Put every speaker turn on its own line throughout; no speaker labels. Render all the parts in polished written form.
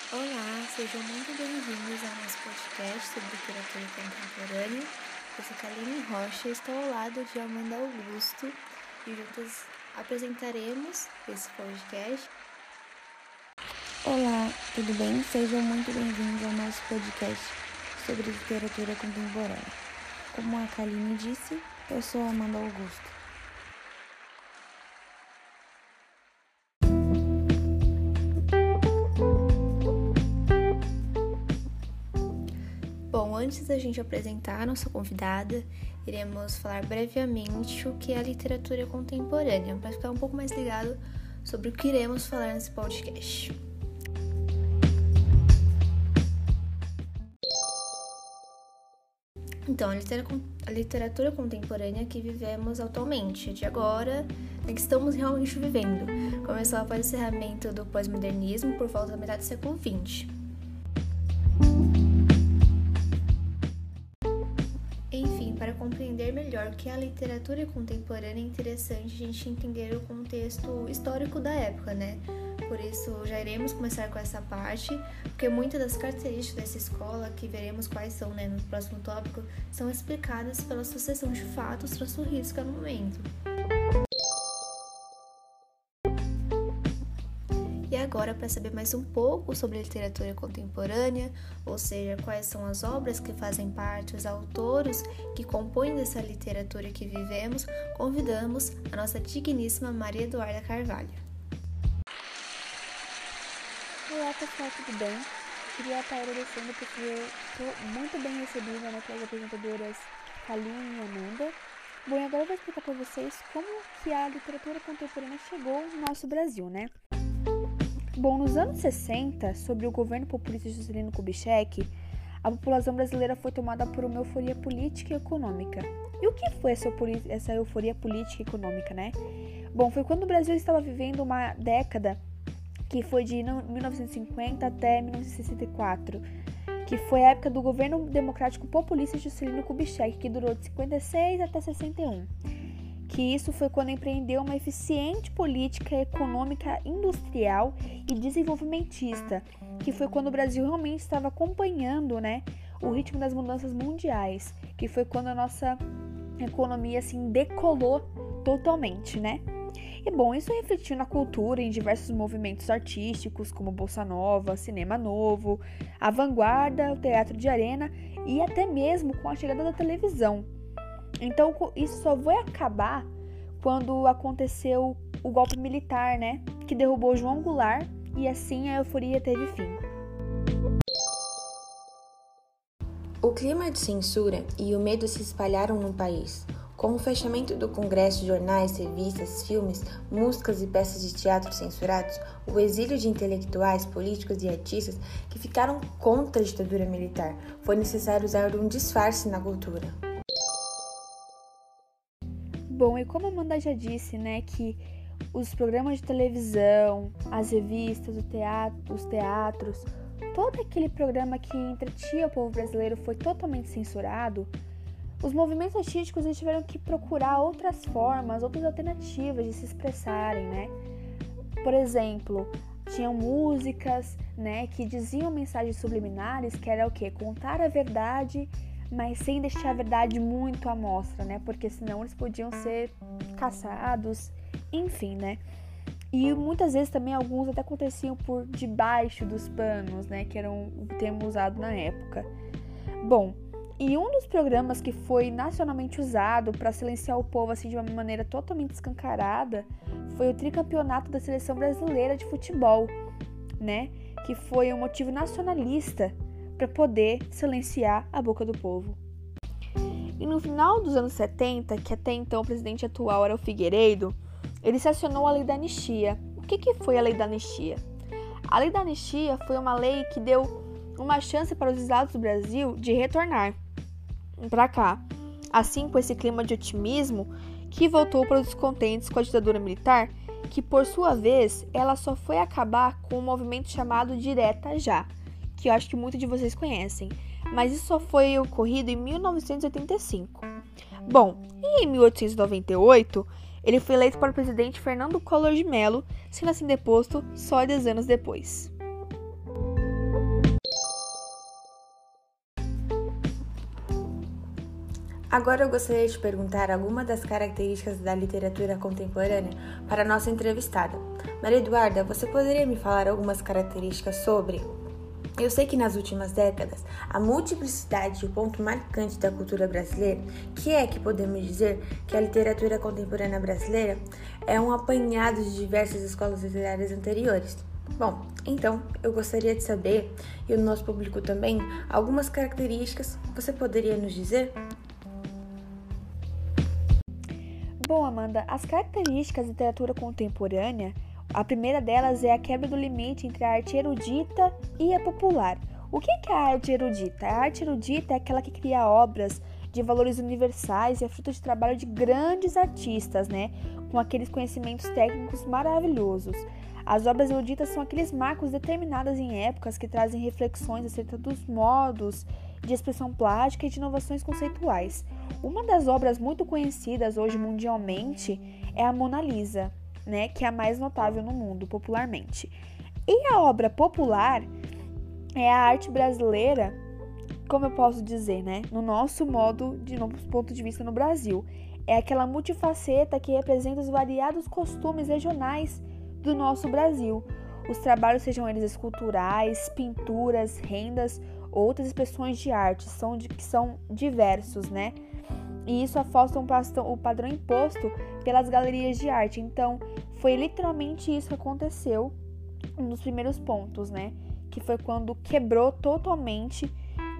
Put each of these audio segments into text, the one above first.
Olá, sejam muito bem-vindos ao nosso podcast sobre literatura contemporânea. Eu sou Kaline Rocha, estou ao lado de Amanda Augusto e juntas apresentaremos esse podcast.
Olá, tudo bem? Sejam muito bem-vindos ao nosso podcast sobre literatura contemporânea. Como a Kaline disse, eu sou Amanda Augusto.
Bom, antes da gente apresentar a nossa convidada, iremos falar brevemente o que é a literatura contemporânea, para ficar um pouco mais ligado sobre o que iremos falar nesse podcast. Então, a literatura contemporânea que vivemos atualmente, de agora, é que estamos realmente vivendo. Começou após o encerramento do pós-modernismo por volta da metade do século XX. Enfim, para compreender melhor o que é a literatura contemporânea, é interessante a gente entender o contexto histórico da época, né? Por isso, já iremos começar com essa parte, porque muitas das características dessa escola, que veremos quais são, né, no próximo tópico, são explicadas pela sucessão de fatos transcorridos cada momento. E agora, para saber mais um pouco sobre literatura contemporânea, ou seja, quais são as obras que fazem parte, os autores que compõem essa literatura que vivemos, convidamos a nossa digníssima Maria Eduarda Carvalho.
Olá pessoal, tudo bem? Queria estar agradecendo porque eu estou muito bem recebida pelas apresentadoras Kaline e Amanda. Bom, e agora eu vou explicar para vocês como que a literatura contemporânea chegou no nosso Brasil, né? Bom, nos anos 60, sob o governo populista Juscelino Kubitschek, a população brasileira foi tomada por uma euforia política e econômica. E o que foi essa euforia política e econômica, né? Bom, foi quando o Brasil estava vivendo uma década que foi de 1950 até 1964, que foi a época do governo democrático populista Juscelino Kubitschek, que durou de 56 até 61. Que isso foi quando empreendeu uma eficiente política econômica industrial e desenvolvimentista, que foi quando o Brasil realmente estava acompanhando, né, o ritmo das mudanças mundiais, que foi quando a nossa economia assim decolou totalmente, né? E bom, isso refletiu na cultura em diversos movimentos artísticos, como Bossa Nova, Cinema Novo, a vanguarda, o teatro de arena e até mesmo com a chegada da televisão. Então, isso só vai acabar quando aconteceu o golpe militar, né? Que derrubou João Goulart e assim a euforia teve fim.
O clima de censura e o medo se espalharam no país. Com o fechamento do Congresso, jornais, revistas, filmes, músicas e peças de teatro censurados, o exílio de intelectuais, políticos e artistas que ficaram contra a ditadura militar, foi necessário usar um disfarce na cultura.
Bom, e como a Amanda já disse, né, que os programas de televisão, as revistas, os teatros, todo aquele programa que entretinha o povo brasileiro foi totalmente censurado, os movimentos artísticos eles tiveram que procurar outras formas, outras alternativas de se expressarem, né? Por exemplo, tinham músicas, né, que diziam mensagens subliminares, que era o quê? Contar a verdade, mas sem deixar a verdade muito à mostra, né? Porque senão eles podiam ser caçados, enfim, né? E muitas vezes também alguns até aconteciam por debaixo dos panos, né? Que era o termo usado na época. Bom, e um dos programas que foi nacionalmente usado para silenciar o povo assim de uma maneira totalmente escancarada foi o tricampeonato da seleção brasileira de futebol, né? Que foi um motivo nacionalista para poder silenciar a boca do povo. E no final dos anos 70, que até então o presidente atual era o Figueiredo, ele sancionou a Lei da Anistia. O que foi a Lei da Anistia? A Lei da Anistia foi uma lei que deu uma chance para os exilados do Brasil de retornar para cá. Assim, com esse clima de otimismo que voltou para os descontentes com a ditadura militar, que por sua vez, ela só foi acabar com um movimento chamado Direta Já, que eu acho que muitos de vocês conhecem, mas isso só foi ocorrido em 1985. Bom, e em 1898, ele foi eleito para o presidente Fernando Collor de Mello, sendo assim deposto só 10 anos depois.
Agora eu gostaria de perguntar algumas das características da literatura contemporânea para a nossa entrevistada. Maria Eduarda, você poderia me falar algumas características sobre? Eu sei que nas últimas décadas, a multiplicidade e o ponto marcante da cultura brasileira, que podemos dizer que a literatura contemporânea brasileira é um apanhado de diversas escolas literárias anteriores. Bom, então eu gostaria de saber, e o nosso público também, algumas características, você poderia nos dizer?
Bom, Amanda, as características da literatura contemporânea, a primeira delas é a quebra do limite entre a arte erudita e a popular. O que é a arte erudita? A arte erudita é aquela que cria obras de valores universais e é fruto de trabalho de grandes artistas, né? Com aqueles conhecimentos técnicos maravilhosos. As obras eruditas são aqueles marcos determinados em épocas que trazem reflexões acerca dos modos de expressão plástica e de inovações conceituais. Uma das obras muito conhecidas hoje mundialmente é a Mona Lisa, né, que é a mais notável no mundo, popularmente. E a obra popular é a arte brasileira, como eu posso dizer, né, no nosso ponto de vista no Brasil. É aquela multifaceta que representa os variados costumes regionais do nosso Brasil. Os trabalhos, sejam eles esculturais, pinturas, rendas, outras expressões de arte, que são diversos, né? E isso afasta o padrão imposto pelas galerias de arte. Então, foi literalmente isso que aconteceu nos primeiros pontos, né? Que foi quando quebrou totalmente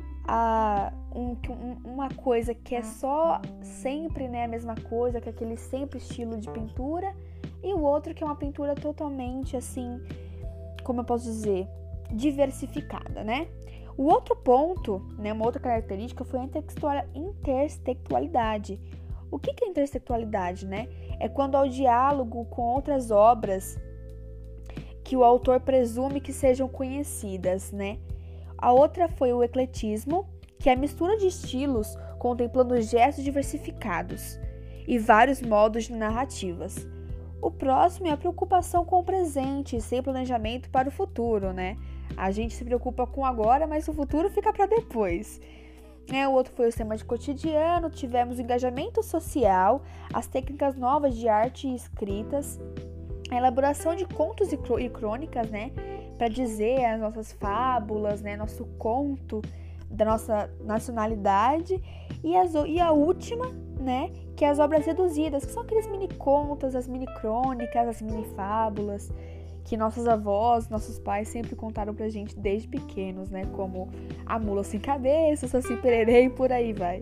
uma coisa que é só sempre, né, a mesma coisa, que é aquele sempre estilo de pintura, e o outro que é uma pintura totalmente, assim, como eu posso dizer, diversificada, né? O outro ponto, né, uma outra característica foi a intertextualidade. O que é intertextualidade, né? É quando há o diálogo com outras obras que o autor presume que sejam conhecidas, né? A outra foi o ecletismo, que é a mistura de estilos contemplando gestos diversificados e vários modos de narrativas. O próximo é a preocupação com o presente, sem planejamento para o futuro, né? A gente se preocupa com agora, mas o futuro fica para depois. O outro foi o tema de cotidiano, tivemos o engajamento social, as técnicas novas de arte e escritas, a elaboração de contos e crônicas, né? Para dizer as nossas fábulas, né? Nosso conto da nossa nacionalidade. E a última, né? Que é as obras reduzidas, que são aqueles mini-contos, as mini-crônicas, as mini-fábulas, que nossas avós, nossos pais sempre contaram pra gente desde pequenos, né? Como A Mula Sem Cabeça, o Saci Pererê e por aí vai.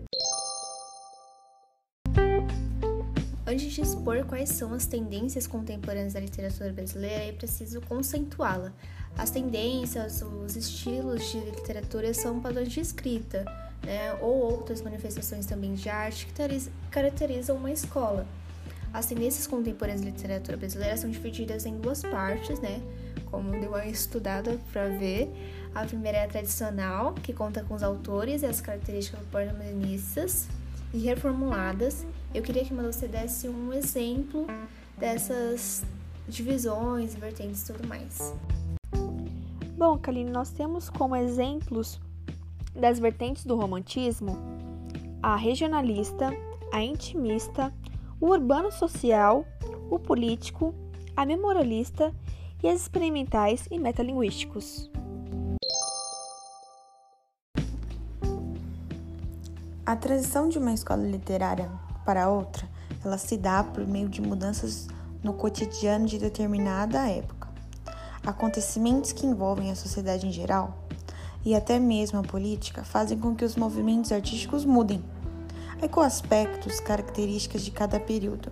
Antes de expor quais são as tendências contemporâneas da literatura brasileira, é preciso conceituá-la. As tendências, os estilos de literatura são padrões de escrita, né? Ou outras manifestações também de arte que caracterizam uma escola. As tendências contemporâneas da literatura brasileira são divididas em duas partes, né? Como deu uma estudada para ver. A primeira é a tradicional, que conta com os autores e as características pós-modernistas e reformuladas. Eu queria que você desse um exemplo dessas divisões, vertentes e tudo mais.
Bom, Kaline, nós temos como exemplos das vertentes do romantismo a regionalista, a intimista, o urbano social, o político, a memorialista e as experimentais e metalinguísticos.
A transição de uma escola literária para outra, ela se dá por meio de mudanças no cotidiano de determinada época. Acontecimentos que envolvem a sociedade em geral e até mesmo a política fazem com que os movimentos artísticos mudem, com aspectos, características de cada período.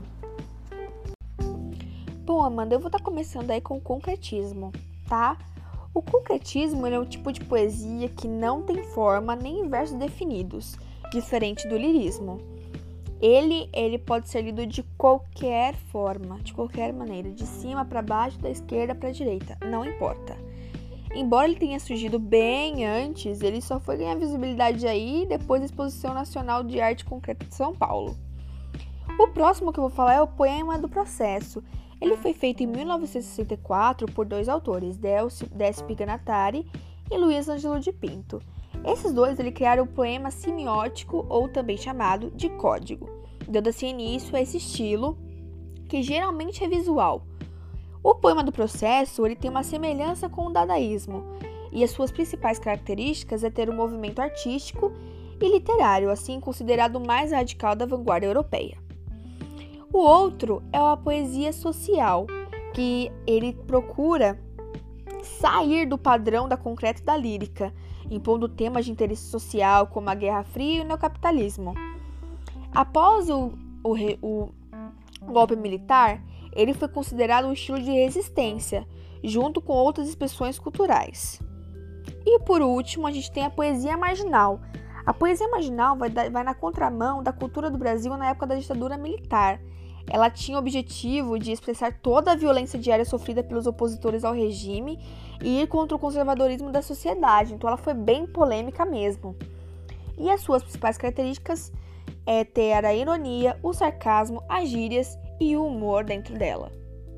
Bom, Amanda, eu vou estar começando aí com o concretismo, tá? O concretismo é um tipo de poesia que não tem forma nem versos definidos, diferente do lirismo. Ele pode ser lido de qualquer forma, de qualquer maneira, de cima para baixo, da esquerda para a direita, não importa. Embora ele tenha surgido bem antes, ele só foi ganhar visibilidade aí depois da Exposição Nacional de Arte Concreta de São Paulo. O próximo que eu vou falar é o Poema do Processo. Ele foi feito em 1964 por dois autores, Décio Piganatari e Luiz Ângelo de Pinto. Esses dois criaram o poema semiótico, ou também chamado de código, dando-se início a esse estilo, que geralmente é visual. O poema do processo tem uma semelhança com o dadaísmo, e as suas principais características é ter um movimento artístico e literário, assim considerado o mais radical da vanguarda europeia. O outro é a poesia social, que ele procura sair do padrão da concreta e da lírica, impondo temas de interesse social como a Guerra Fria e o neocapitalismo. Após o golpe militar, ele foi considerado um estilo de resistência, junto com outras expressões culturais. E por último, a gente tem a poesia marginal. A poesia marginal vai na contramão da cultura do Brasil na época da ditadura militar. Ela tinha o objetivo de expressar toda a violência diária sofrida pelos opositores ao regime e ir contra o conservadorismo da sociedade. Então ela foi bem polêmica mesmo. E as suas principais características é ter a ironia, o sarcasmo, as gírias e o humor dentro dela.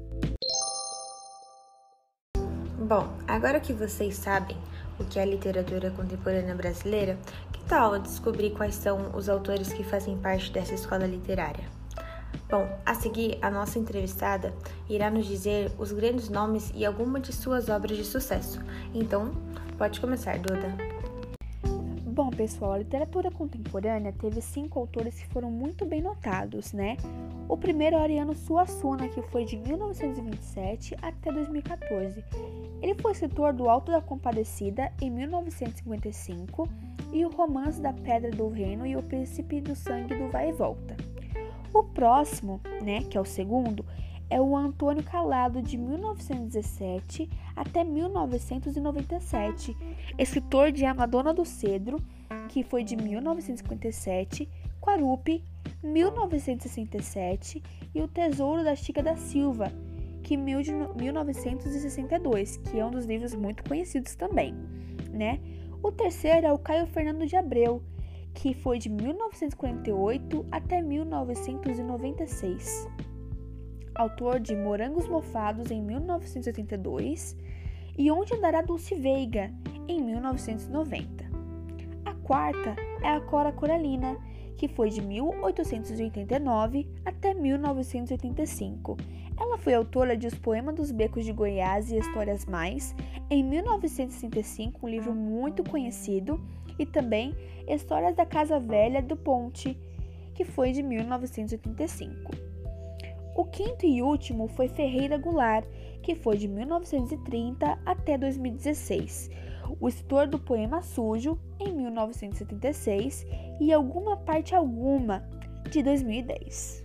Bom, agora que vocês sabem o que é a literatura contemporânea brasileira, que tal descobrir quais são os autores que fazem parte dessa escola literária? Bom, a seguir, a nossa entrevistada irá nos dizer os grandes nomes e algumas de suas obras de sucesso. Então, pode começar, Duda.
Bom, pessoal, a literatura contemporânea teve 5 autores que foram muito bem notados, né? O primeiro é Ariano Suassuna, que foi de 1927 até 2014. Ele foi escritor do Alto da Compadecida, em 1955, e o Romance da Pedra do Reino e o Príncipe do Sangue do Vai e Volta. O próximo, né, que é o segundo, é o Antônio Calado, de 1917 até 1997, escritor de A Madonna do Cedro, que foi de 1957, Quarupi, 1967, e O Tesouro da Chica da Silva, que de 1962, que é um dos livros muito conhecidos também, né? O terceiro é o Caio Fernando de Abreu, que foi de 1948 até 1996. Autor de Morangos Mofados, em 1982, e Onde Andará Dulce Veiga, em 1990. A quarta é a Cora Coralina, que foi de 1889 até 1985. Ela foi autora de Os Poemas dos Becos de Goiás e Histórias Mais, em 1965, um livro muito conhecido, e também Histórias da Casa Velha do Ponte, que foi de 1985. O quinto e último foi Ferreira Goulart, que foi de 1930 até 2016, o escritor do poema Sujo, em 1976, e Alguma Parte Alguma, de 2010.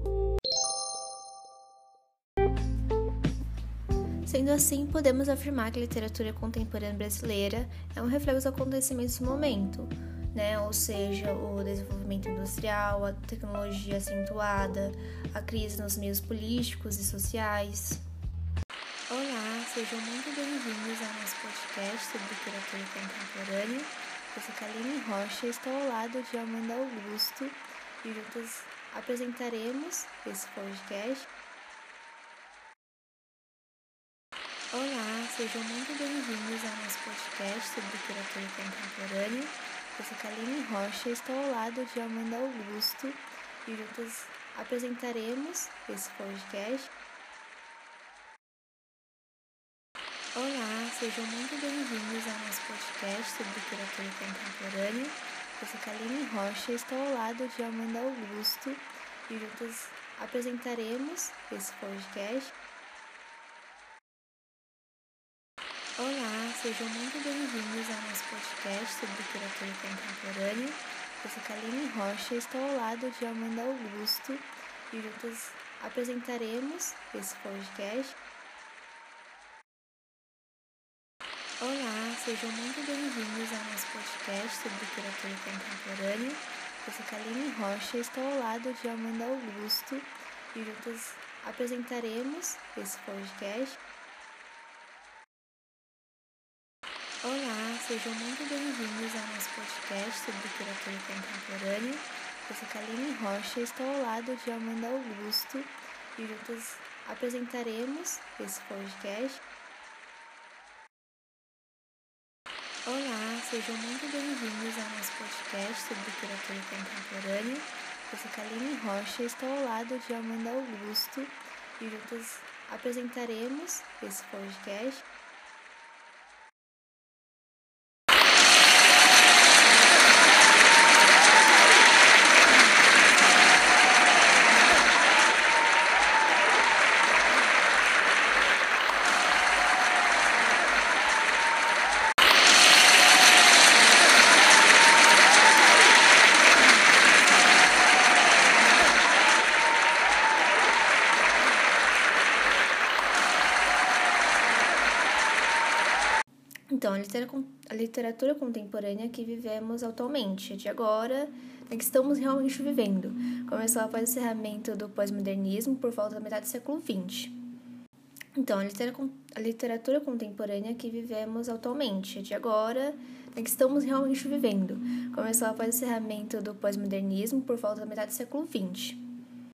Sendo assim, podemos afirmar que a literatura contemporânea brasileira é um reflexo dos acontecimentos do momento, né? Ou seja, o desenvolvimento industrial, a tecnologia acentuada, a crise nos meios políticos e sociais. Olá, sejam muito bem-vindos ao nosso podcast sobre literatura contemporânea. Eu sou Kaline Rocha e estou ao lado de Amanda Augusto e juntas apresentaremos esse podcast. Olá, sejam muito bem-vindos ao nosso podcast sobre literatura contemporânea. Eu sou Kaline Rocha e estou ao lado de Amanda Augusto e juntas apresentaremos esse podcast. Olá, sejam muito bem-vindos ao nosso podcast sobre literatura contemporânea. Eu sou Kaline Rocha e estou ao lado de Amanda Augusto e juntas apresentaremos esse podcast. Olá, sejam muito bem-vindos ao nosso podcast sobre literatura contemporânea. Eu sou Kaline Rocha e estou ao lado de Amanda Augusto e juntas apresentaremos esse podcast. Olá, sejam muito bem-vindos ao nosso podcast sobre literatura contemporânea. Eu sou Kaline Rocha e estou ao lado de Amanda Augusto e juntas apresentaremos esse podcast. Olá, sejam muito bem-vindos ao nosso podcast sobre literatura contemporânea. Eu sou Kaline Rocha e estou ao lado de Amanda Augusto e juntas apresentaremos esse podcast. Olá, Sejam muito bem-vindos ao nosso podcast sobre literatura contemporânea. Eu sou Kaline Rocha, estou ao lado de Amanda Augusto e juntas apresentaremos esse podcast. Então, a literatura contemporânea que vivemos atualmente, de agora, que estamos realmente vivendo, começou após o encerramento do pós-modernismo por volta da metade do século XX. Então, a literatura contemporânea que vivemos atualmente, de agora, que estamos realmente vivendo, começou após o encerramento do pós-modernismo por volta da metade do século XX.